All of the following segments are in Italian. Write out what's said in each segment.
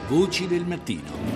Voci del mattino.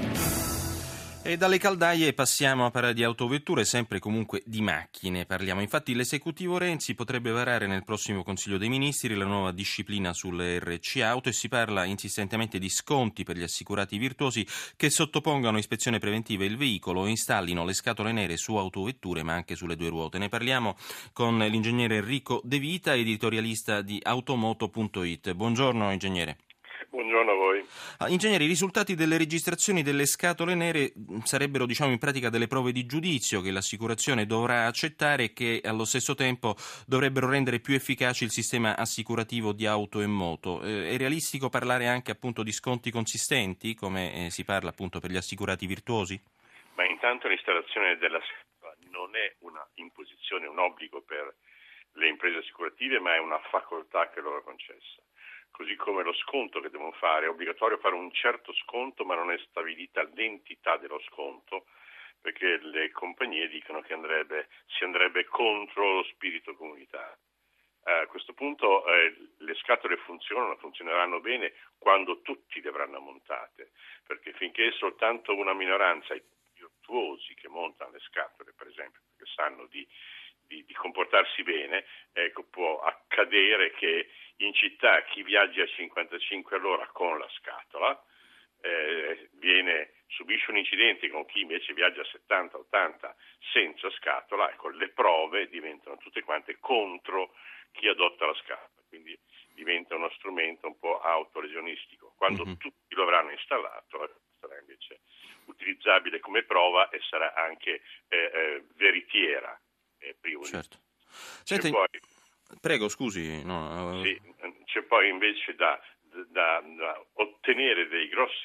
E dalle caldaie passiamo a parlare di autovetture, sempre comunque di macchine. Parliamo infatti l'esecutivo Renzi potrebbe varare nel prossimo Consiglio dei Ministri la nuova disciplina sulle RC auto e si parla insistentemente di sconti per gli assicurati virtuosi che sottopongano a ispezione preventiva il veicolo e installino le scatole nere su autovetture ma anche sulle due ruote. Ne parliamo con l'ingegnere Enrico De Vita, editorialista di Automoto.it. Buongiorno ingegnere. Buongiorno a voi. Ingegneri, i risultati delle registrazioni delle scatole nere sarebbero, in pratica delle prove di giudizio che l'assicurazione dovrà accettare e che allo stesso tempo dovrebbero rendere più efficace il sistema assicurativo di auto e moto. È realistico parlare anche appunto di sconti consistenti, come si parla appunto per gli assicurati virtuosi? Ma intanto l'installazione della scatola non è una imposizione, un obbligo per le imprese assicurative, ma è una facoltà che loro è concessa. Così come lo sconto che devono fare, è obbligatorio fare un certo sconto, ma non è stabilita l'entità dello sconto, perché le compagnie dicono che si andrebbe contro lo spirito comunitario. A questo punto le scatole funzioneranno bene quando tutti le avranno montate, perché finché soltanto una minoranza, i virtuosi che montano le scatole, per esempio, perché sanno di comportarsi bene, può accadere che in città chi viaggia a 55 all'ora con la scatola subisce un incidente con chi invece viaggia a 70-80 senza scatola. Le prove diventano tutte quante contro chi adotta la scatola, quindi diventa uno strumento un po' autolesionistico. Quando tutti lo avranno installato sarà invece utilizzabile come prova e sarà anche veritiera. Certo. Prego, scusi. No. Sì, c'è poi invece da ottenere delle grosse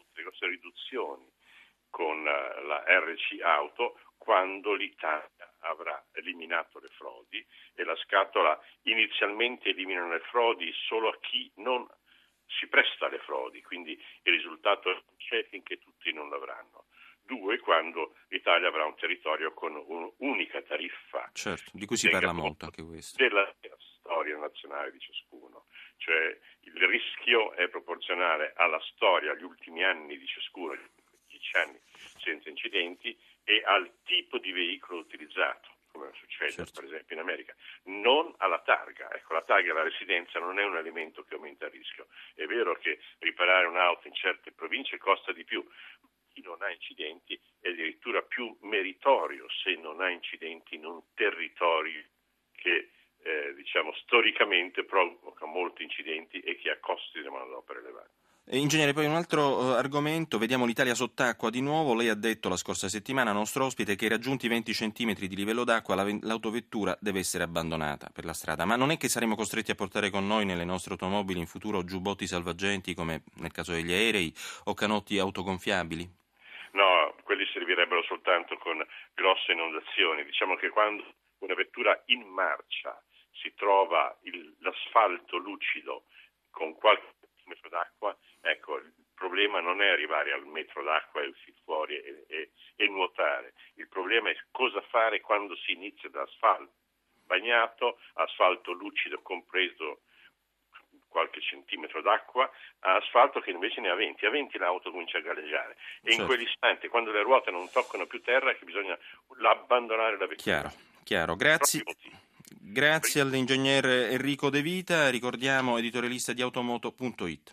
riduzioni con la RC auto quando l'Italia avrà eliminato le frodi, e la scatola inizialmente elimina le frodi solo a chi non si presta alle frodi, quindi il risultato c'è finché tutti non l'avranno. 2, quando l'Italia avrà un territorio con un'unica tariffa. Certo, di cui si parla molto anche questo. Della storia nazionale di ciascuno. Cioè il rischio è proporzionale alla storia, agli ultimi anni di ciascuno, 10 anni senza incidenti, e al tipo di veicolo utilizzato, come succede per esempio in America, non alla targa. La targa e la residenza non è un elemento che aumenta il rischio. È vero che riparare un'auto in certe province costa di più. Chi non ha incidenti è addirittura più meritorio se non ha incidenti in un territorio che storicamente provoca molti incidenti e che ha costi di manodopera elevati. Ingegnere, poi un altro argomento, vediamo l'Italia sott'acqua di nuovo. Lei ha detto la scorsa settimana, nostro ospite, che raggiunti 20 centimetri di livello d'acqua l'autovettura deve essere abbandonata per la strada, ma non è che saremo costretti a portare con noi nelle nostre automobili in futuro giubbotti salvagenti come nel caso degli aerei o canotti autogonfiabili? No, quelli servirebbero soltanto con grosse inondazioni. Diciamo che quando una vettura in marcia si trova l'asfalto lucido con qualche metro d'acqua, il problema non è arrivare al metro d'acqua e uscire fuori e nuotare. Il problema è cosa fare quando si inizia da asfalto bagnato, asfalto lucido compreso qualche centimetro d'acqua, a asfalto che invece ne ha 20. A 20 l'auto comincia a galleggiare. E in quell'istante, quando le ruote non toccano più terra, che bisogna abbandonare la vettura. Chiaro. Grazie all'ingegner Enrico De Vita, ricordiamo editorialista di Automoto.it.